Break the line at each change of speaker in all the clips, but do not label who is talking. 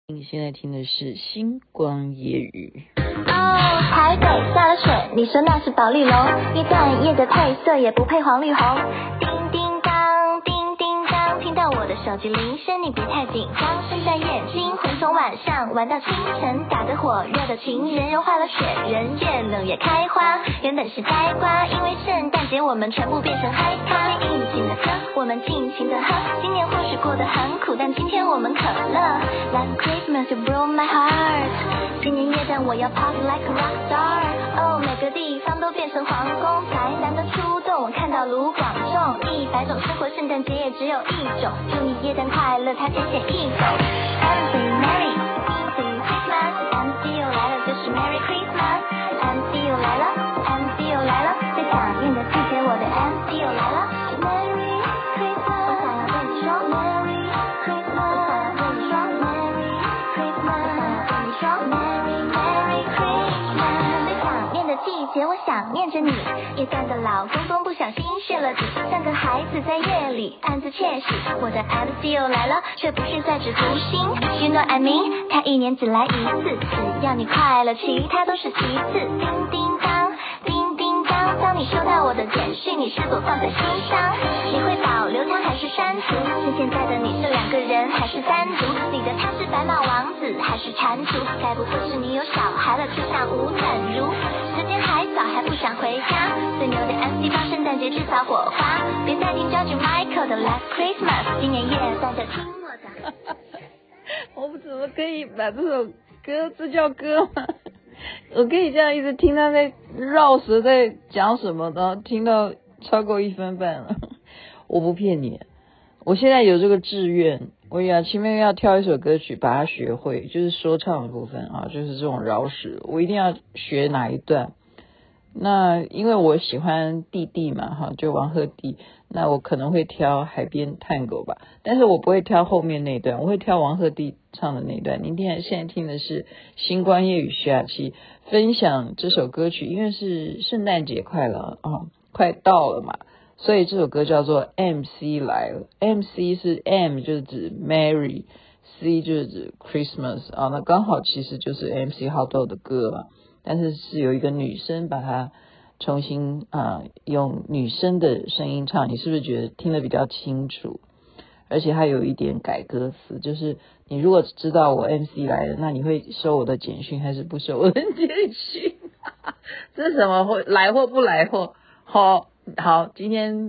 你现在听的是星光夜语。
台北下了雪，你说那是保丽龙，夜半夜的配色也不配黄绿红。叮叮当，叮叮当，听到我的手机铃声，你别太紧张。圣诞夜惊魂从晚上玩到清晨，打得火热的情人融化了雪人，越冷越开花，原本是呆瓜，因为圣诞节我们全部变成嗨咖。尽情的喝，我们尽情的喝，今年或许过得很苦，但今天我们可乐。Last Christmas you broke my heart， 今年夜但我要 party like a rock star。 哦，每个地方都变成皇宫，才男的出动，我看到卢广仲。100种生活，圣诞节也只有一种，祝你耶诞快乐，他浅显易懂。MC Merry MC Christmas， MC 又来了，这是 Merry Christmas。 MC 又来了， MC 又来了，最想念的季节，我的 MC 又来了。 Merry Christmas， 我想要对你说 Merry Christmas， 我想要对你说 Merry Christmas， 我想要对你说 Merry Merry Christmas。 最想念的季节，我想念着你，夜半的老公公不小心泄了底，像个孩子在夜里暗自窃喜。我的 MC 又来了，却不是在指读心 You know I mean， 他一年只来一次，只要你快乐，其他都是其次。叮叮当，叮叮当，当你收到我的简讯，你是否放在心上？你会保留它还是删除？是现在的你是两个人还是单独？你的他是白马王子还是蟾蜍？该不会是你有小孩了，就像吴淡如？时间还早，还不想回家，最牛的 MC 帮圣诞节制造火花，别再听 George Michael 的 Last Christmas， 今年夜半就听我的。
我怎么可以把这首歌，这叫歌吗？我可以这样一直听他在绕舌在讲什么的，听到超过1分半了。我不骗你，我现在有这个志愿，我雅琪妹妹要挑一首歌曲把它学会，就是说唱的部分啊，就是这种饶舌，我一定要学哪一段。那因为我喜欢弟弟嘛哈，就王鹤棣，那我可能会挑海边探戈吧，但是我不会挑后面那段，我会挑王鹤棣唱的那段。您现在听的是星光夜语徐雅琪分享这首歌曲，因为是圣诞节快了啊，快到了嘛，所以这首歌叫做 MC 来了。 MC 是 M 就是指 Merry， C 就是指 Christmas 啊，那刚好其实就是 MC 好豆的歌嘛，但是是有一个女生把它重新用女生的声音唱，你是不是觉得听得比较清楚？而且还有一点改歌词，就是你如果知道我 MC 来了，那你会收我的简讯还是不收我的简讯？这是什么？会来或不来或好，今天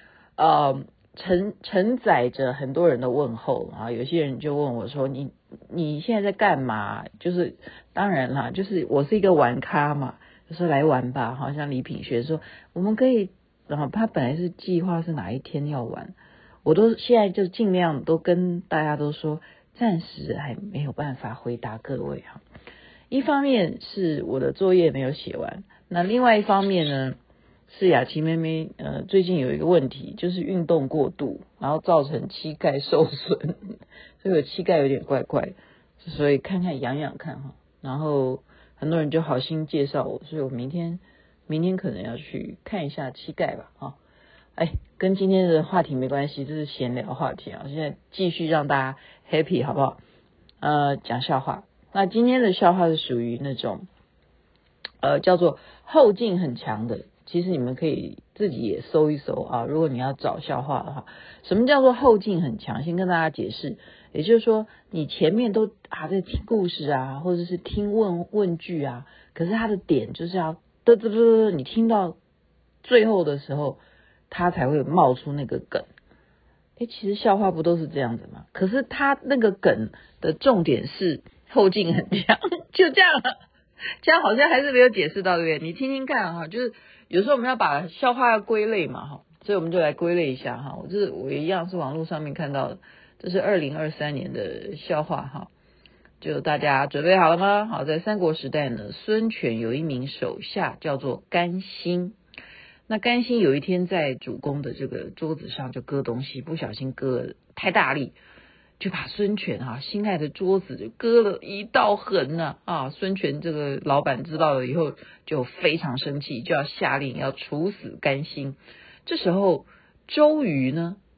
承载着很多人的问候啊，有些人就问我说你现在在干嘛？就是当然啦，就是我是一个玩咖嘛，就说来玩吧，好像李品学说我们可以，然后他本来是计划是哪一天要玩，我都现在就尽量都跟大家都说暂时还没有办法回答各位哈。一方面是我的作业没有写完，那另外一方面呢是雅琪妹妹最近有一个问题，就是运动过度，然后造成膝盖受损，所以我膝盖有点怪怪，所以看看养养看哈。然后很多人就好心介绍我，所以我明天可能要去看一下膝盖吧哈。跟今天的话题没关系，这是闲聊话题啊。现在继续让大家 happy 好不好？讲笑话。那今天的笑话是属于那种叫做后劲很强的，其实你们可以自己也搜一搜啊，如果你要找笑话的话。什么叫做后劲很强？先跟大家解释，也就是说你前面都在听故事啊，或者是听问句啊，可是它的点就是要你听到最后的时候它才会冒出那个梗。其实笑话不都是这样子吗？可是它那个梗的重点是后劲很强，就这样了。这样好像还是没有解释到，对不对？你听听看哈，就是有时候我们要把笑话要归类嘛哈，所以我们就来归类一下哈。我一样是网络上面看到的，这是2023年的笑话哈。就大家准备好了吗？好，在三国时代呢，孙权有一名手下叫做甘心。那甘心有一天在主公的这个桌子上就割东西，不小心割了太大力，就把孙权心爱的桌子就割了一道痕呢孙权这个老板知道了以后就非常生气，就要下令要处死甘心。这时候周瑜呢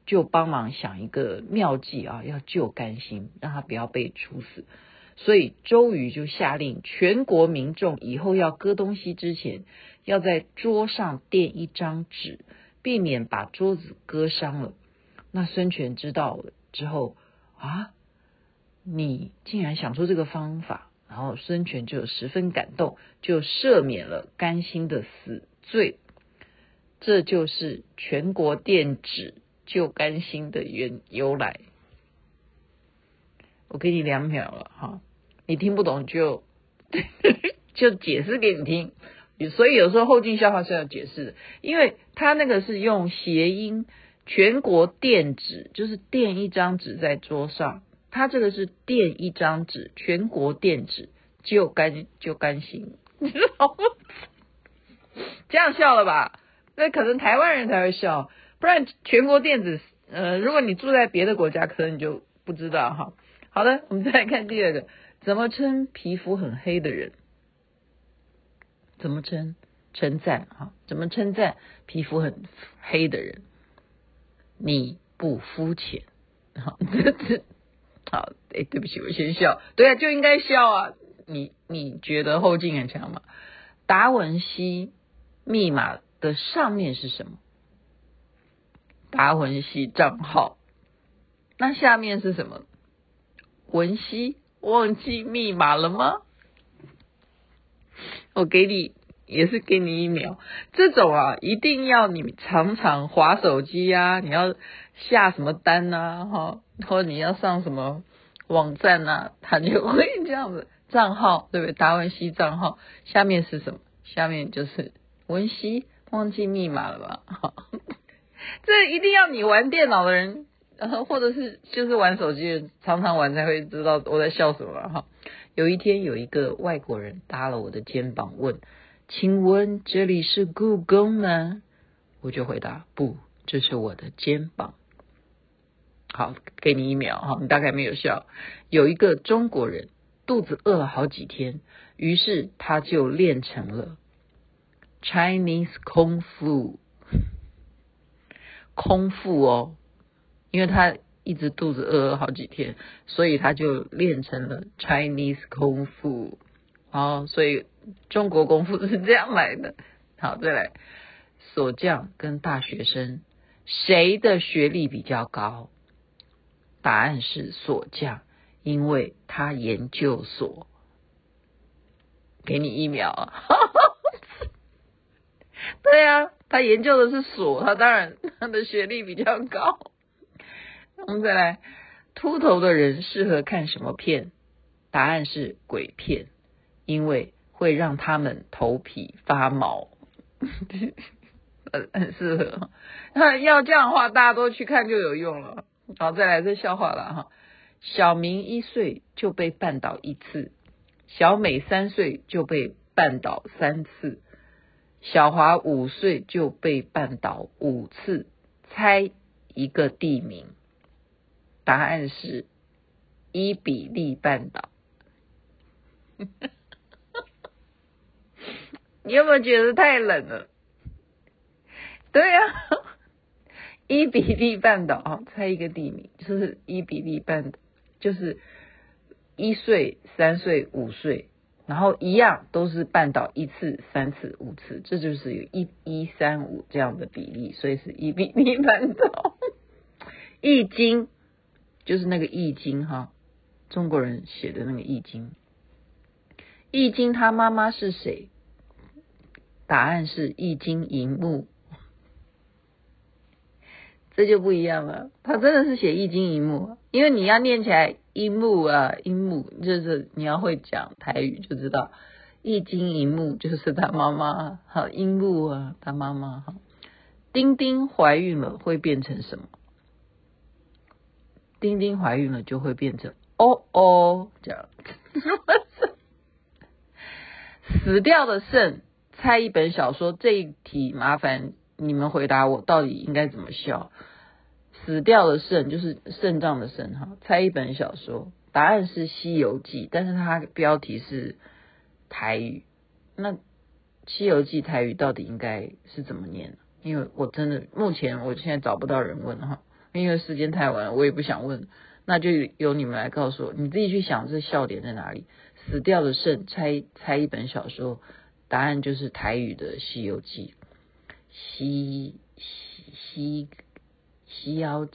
就帮忙想一个妙计啊，要救甘心，让他不要被处死。所以周瑜就下令全国民众以后要割东西之前，要在桌上垫一张纸，避免把桌子割伤了。那孙权知道了之后啊，你竟然想出这个方法，然后孙权就十分感动，就赦免了甘心的死罪。这就是全国垫纸救甘心的由来。我给你2秒了哈，你听不懂就就解释给你听。所以有时候后进笑话是要解释的，因为他那个是用谐音，全国垫纸就是垫一张纸在桌上，他这个是垫一张纸，全国垫纸救甘心，你知道吗？这样笑了吧？那可能台湾人才会笑，不然全国垫纸，如果你住在别的国家，可能你就不知道哈。好的，我们再来看第2个，怎么称皮肤很黑的人？怎么称赞哈？怎么称赞皮肤很黑的人？你不肤浅。好，好，对不起，我先笑。对啊，就应该笑啊。你觉得后劲很强吗？达文西密码的上面是什么？达文西账号。那下面是什么？文西忘记密码了吗？我给你也是给你1秒。这种啊，一定要你常常滑手机啊，你要下什么单啊，或者你要上什么网站啊，他就会这样子。账号对不对？达文西账号下面是什么？下面就是文西忘记密码了吧？这一定要你玩电脑的人，或者是就是玩手机的人，常常玩才会知道我在笑什么哈。有一天有一个外国人搭了我的肩膀问，请问这里是故宫吗？我就回答不，这是我的肩膀。好，给你1秒哈，你大概没有笑。有一个中国人肚子饿了好几天，于是他就练成了 Chinese 功夫哦，因为他一直肚子饿了好几天，所以他就练成了 Chinese 功夫。好，所以中国功夫是这样来的。好，再来，锁匠跟大学生谁的学历比较高？答案是锁匠，因为他研究所。给你1秒啊。对啊，他研究的是锁，他当然他的学历比较高。我们再来，秃头的人适合看什么片？答案是鬼片，因为会让他们头皮发毛。很适合。那要这样的话，大家都去看就有用了。好，再来这笑话了哈。小明1岁就被绊倒1次，小美3岁就被绊倒3次，小华5岁就被绊倒5次。猜一个地名。答案是伊比利半岛。你有没有觉得太冷了？对啊，伊比利半岛，猜一个地名，就是伊比利半岛，就是1岁、3岁、5岁，然后一样都是绊倒1次、3次、5次，这就是有1:1:3:5这样的比例，所以是伊比利半岛。易经就是那个易经哈，中国人写的那个易经。易经他妈妈是谁？答案是易经银幕。这就不一样了，他真的是写易经银幕，因为你要念起来樱木啊，樱木就是你要会讲台语就知道，易经银幕就是他妈妈，好，樱木啊，他妈妈哈。丁丁怀孕了会变成什么？丁丁怀孕了就会变成这样。死掉的肾，猜一本小说，这一题麻烦你们回答我到底应该怎么笑。死掉的肾就是肾脏的肾哈，猜一本小说，答案是《西游记》，但是它标题是台语。那《西游记》台语到底应该是怎么念？因为我真的目前我现在找不到人问哈。 因为时间太晚了，我也不想问，那就由你们来告诉我，你自己去想这笑点在哪里。死掉的肾，猜一本小说，答案就是台语的《西游记》。西妖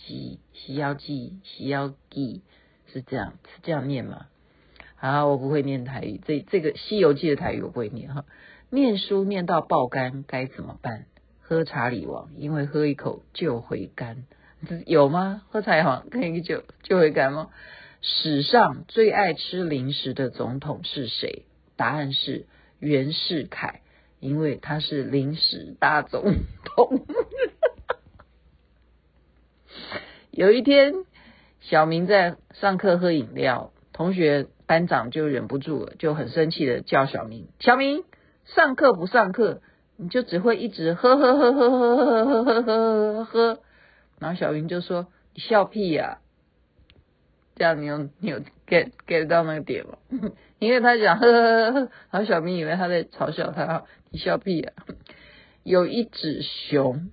记是这样念吗？啊，我不会念台语，这个《西游记》的台语我不会念哈。念书念到爆肝该怎么办？喝茶里王，因为喝一口就回甘，有吗？喝茶里王喝一口就回甘吗？史上最爱吃零食的总统是谁？答案是袁世凯，因为他是零食大总统。有一天，小明在上课喝饮料，班长就忍不住了，就很生气的叫小明：小明，上课不上课，你就只会一直喝。然后小明就说：你笑屁呀！这样你有 get 到那个点吗？因为他讲呵，然后小明以为他在嘲笑他，你笑屁呀！有一只熊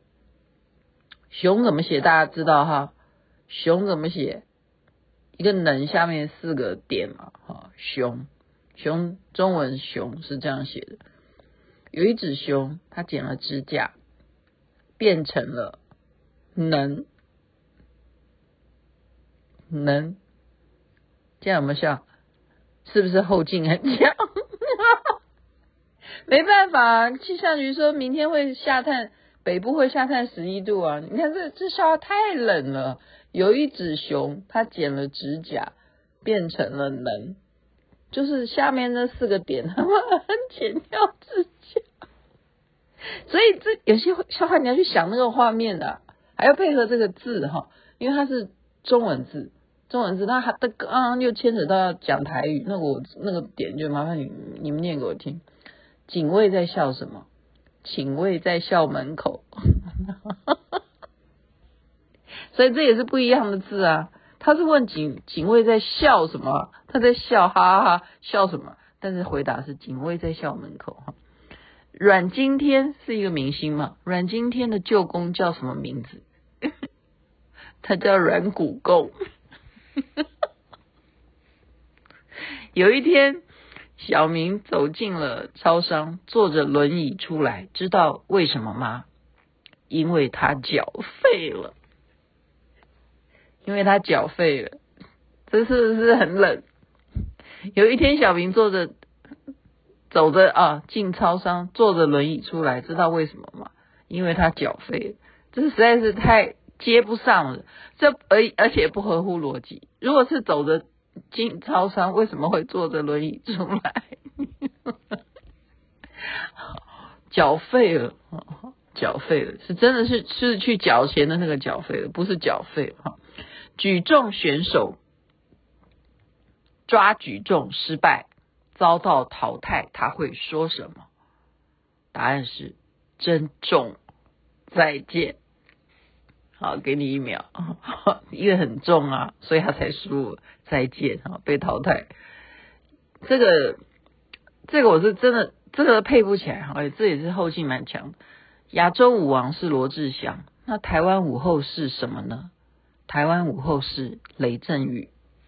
怎么写大家知道哈？熊怎么写？一个能下面4个点嘛，哈，熊中文熊是这样写的。有一只熊，它剪了指甲，变成了能，这样有没有笑？是不是后劲很强？没办法，气象局说明天会下探，北部会下探11度啊！你看这笑话太冷了。有一只熊，它剪了指甲，变成了能，就是下面那4个点，他们剪掉指甲。所以这有些笑话你要去想那个画面啊，还要配合这个字哈，因为它是中文字，那它的刚刚又牵扯到要讲台语，那个点就麻烦你们念给我听。警卫在笑什么？警卫在笑门口。所以这也是不一样的字啊。他是问警卫在笑什么？他在笑，哈哈哈，笑什么？但是回答是警卫在笑门口。阮经天是一个明星嘛？阮经天的舅公叫什么名字？他叫阮骨公。有一天，小明走进了超商，坐着轮椅出来，知道为什么吗？因为他缴费了。这是不是很冷？有一天，小明走着进超商，坐着轮椅出来，知道为什么吗？因为他缴费了。这实在是太接不上了，而且不合乎逻辑。如果是走着进超商，为什么会坐着轮椅出来？缴费了，是真的是去缴钱的那个缴费了，不是缴费哈。举重选手抓举重失败，遭到淘汰，他会说什么？答案是真重，再见。好，给你1秒，因为很重啊，所以他才输了，再见，被淘汰。这个我是真的，这个配不起来，这也是后劲蛮强。亚洲舞王是罗志祥，那台湾舞后是什么呢？台湾舞后是雷震宇。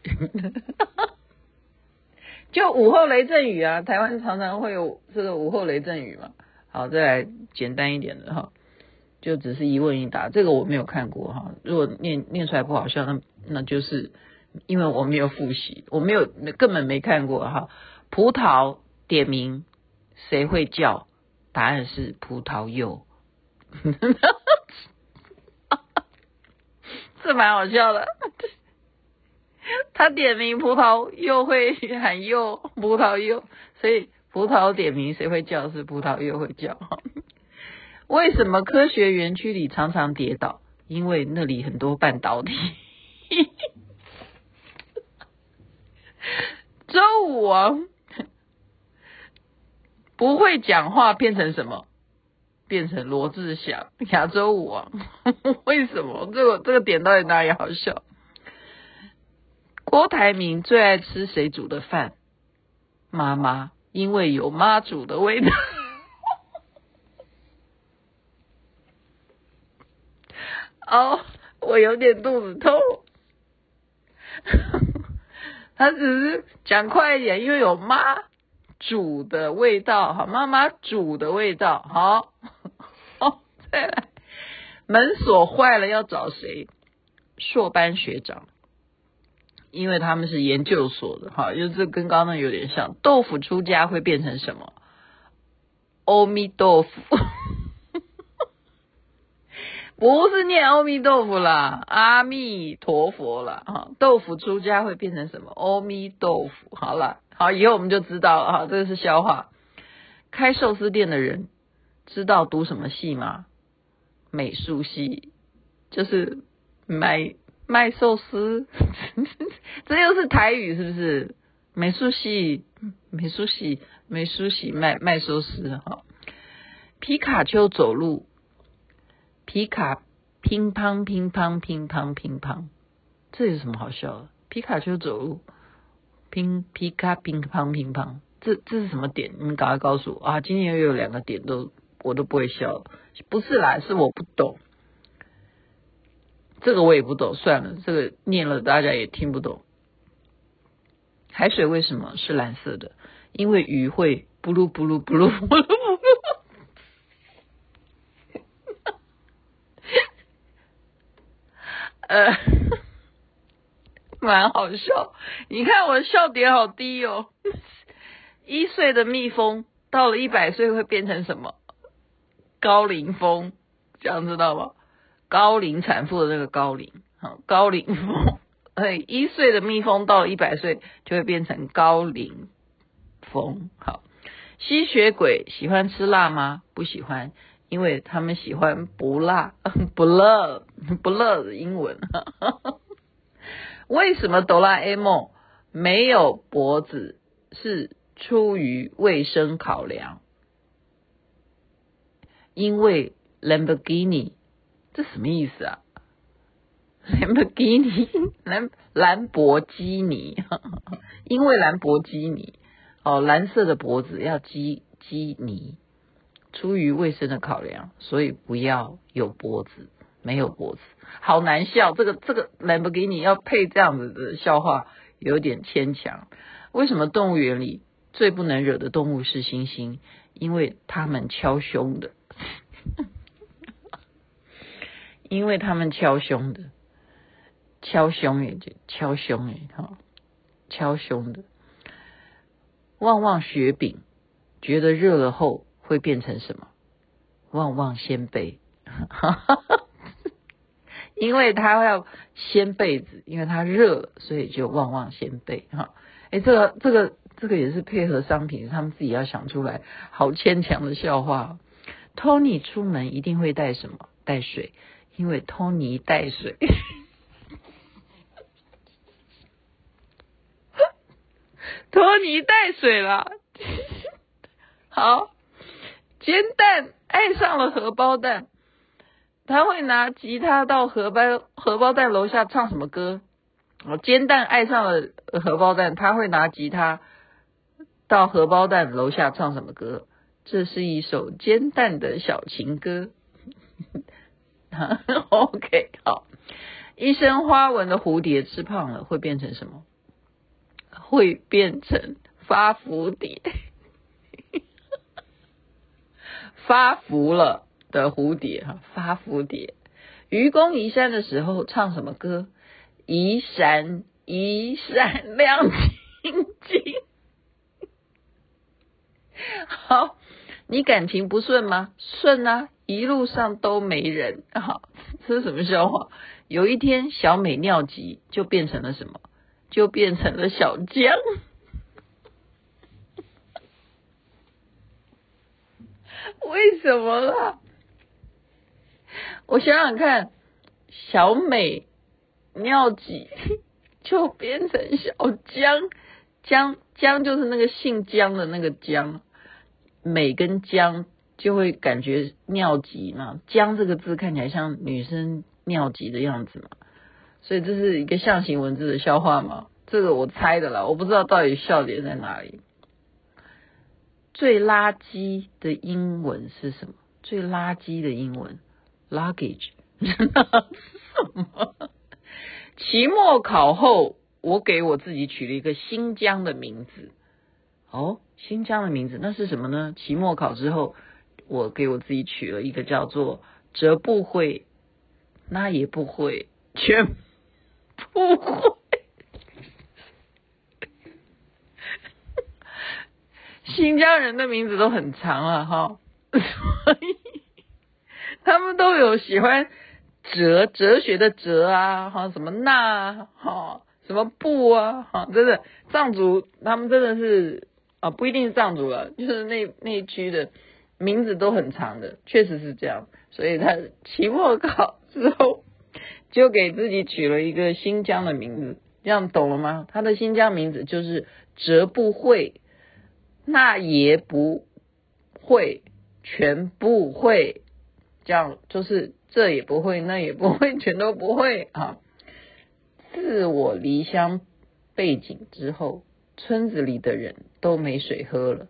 就午后雷阵雨啊，台湾常常会有这个午后雷阵雨嘛。好，再来简单一点的哈，就只是一问一答，这个我没有看过哈。如果念出来不好笑，那就是因为我没有复习，根本没看过哈。葡萄点名谁会叫？答案是葡萄柚。这蛮好笑的。他点名葡萄柚会喊柚，葡萄柚，所以葡萄点名谁会叫？是葡萄柚会叫。为什么科学园区里常常跌倒？因为那里很多半导体。周武王不会讲话变成什么？变成罗志祥，亚洲舞王。为什么？这个点到底哪里好笑？郭台铭最爱吃谁煮的饭？妈妈，因为有妈煮的味道。 我有点肚子痛。他只是讲快一点，因为有妈煮的味道，好，妈妈煮的味道，好，好，再来，门锁坏了要找谁？硕班学长，因为他们是研究所的，哈，就是跟刚刚有点像。豆腐出家会变成什么？阿弥豆腐。不是念阿弥豆腐啦，阿弥陀佛啦，哈，豆腐出家会变成什么？阿弥豆腐。好了，好，以后我们就知道了哈，这个是笑话。开寿司店的人知道读什么系吗？美术系，就是卖寿司。这又是台语是不是？美术系卖寿司哈。皮卡丘走路。皮卡乒乓乒乓乒乓乒乓，这有什么好笑的？皮卡丘走路，皮卡乒乓乒乓，这是什么点？你们赶快告诉我啊！今天又有2个点我都不会笑，不是啦，是我不懂，这个我也不懂，算了，这个念了大家也听不懂。海水为什么是蓝色的？因为鱼会布噜布噜布噜布噜布噜。蛮好笑，你看我的笑点好低哦。1岁的蜜蜂到了100岁会变成什么？高龄蜂，这样知道吗？高龄产妇的那个高龄，高龄蜂。1岁的蜜蜂到了100岁就会变成高龄蜂。好，吸血鬼喜欢吃辣吗？不喜欢，因为他们喜欢不辣，不辣的英文。为什么哆啦 A 梦没有脖子？是出于卫生考量。因为 Lamborghini， 这什么意思啊？ Lamborghini 兰博基尼。因为兰博基尼，蓝色的脖子要基尼，出于卫生的考量，所以不要有脖子，没有脖子，好难笑。这个 Lamborghini 要配这样子的笑话，有点牵强。为什么动物园里最不能惹的动物是猩猩？因为他们敲胸的。因为他们敲胸的，敲胸的。旺旺雪饼觉得热了后会变成什么？旺旺掀被。因为他要掀被子，因为他热了，所以就旺旺掀被。这个也是配合商品，他们自己要想出来，好牵强的笑话。Tony 出门一定会带什么？带水，因为 Tony 带水。Tony 带水了。好，煎蛋爱上了荷包蛋，他会拿吉他到荷包蛋楼下唱什么歌？煎蛋爱上了荷包蛋，他会拿吉他到荷包蛋楼下唱什么歌？这是一首煎蛋的小情歌。OK， 好。一身花纹的蝴蝶吃胖了会变成什么？会变成发福蝶。发福了的蝴蝶，发福蝶。愚公移山的时候唱什么歌？移山亮晶晶。好，你感情不顺吗？顺啊，一路上都没人。好，这是什么笑话？有一天小美尿急，就变成了什么？就变成了小江。为什么啦？我想想看，小美尿急就变成小江，江就是那个姓江的那个江，美跟江就会感觉尿急嘛，江这个字看起来像女生尿急的样子嘛，所以这是一个象形文字的笑话嘛，这个我猜的啦，我不知道到底笑点在哪里。最垃圾的英文是什么？最垃圾的英文 luggage。 么？期末考后，我给我自己取了一个新疆的名字。哦，新疆的名字那是什么呢？期末考之后，我给我自己取了一个叫做这不会，那也不会，全不会。新疆人的名字都很长啊，哈，所以他们都有喜欢哲学的哲啊，哈，什么那哈，什么不啊，哈，真的藏族他们真的是啊，不一定是藏族了，就是那一区的名字都很长的，确实是这样。所以他期末考之后就给自己取了一个新疆的名字，这样懂了吗？他的新疆名字就是哲不会，那也不会，全不会，这样就是这也不会，那也不会，全都不会啊。自我离乡背井之后，村子里的人都没水喝了。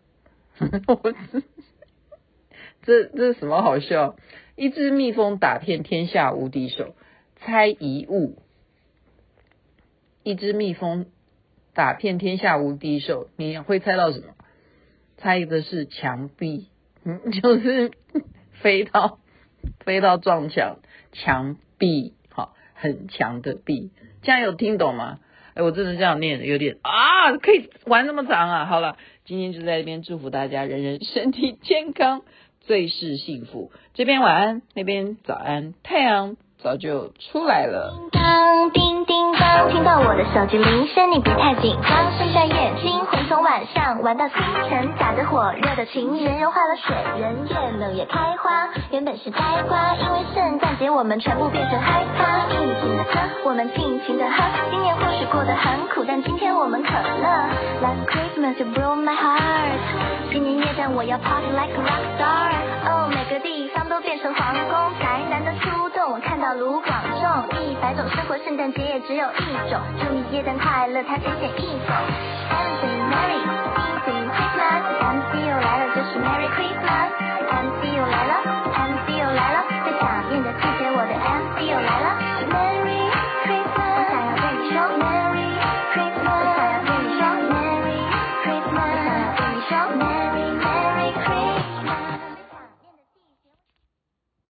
这是什么好笑？一只蜜蜂打遍天下无敌手，猜一物。一只蜜蜂打遍天下无敌手，你会猜到什么？猜的是墙壁，就是飞到撞墙壁，好，很强的壁，这样有听懂吗？我真的这样念有点啊，可以玩那么长啊！好了，今天就在这边祝福大家人人身体健康，最是幸福。这边晚安，那边早安，太阳早就出来了。
叮当叮叮当，听到我的手机铃声，你别太紧张，睁开眼睛，魂从晚上玩到清晨，打着火热的情人融化了水，人越冷也开花，原本是呆瓜，因为圣诞节我们全部变成害怕，尽情的喝，我们尽情的喝，今年或许过得很苦，但今天我们可乐。Last Christmas you broke my heart， 今年夜战我要 party like a rock star， 哦，每个地方都变成皇宫，台南的出动我看到卢广仲，100种生活，圣诞节也只有一种，祝你耶诞快乐，他浅显易懂。Everything Merry， Sing Christmas， MC 又来了，这是 Merry Christmas。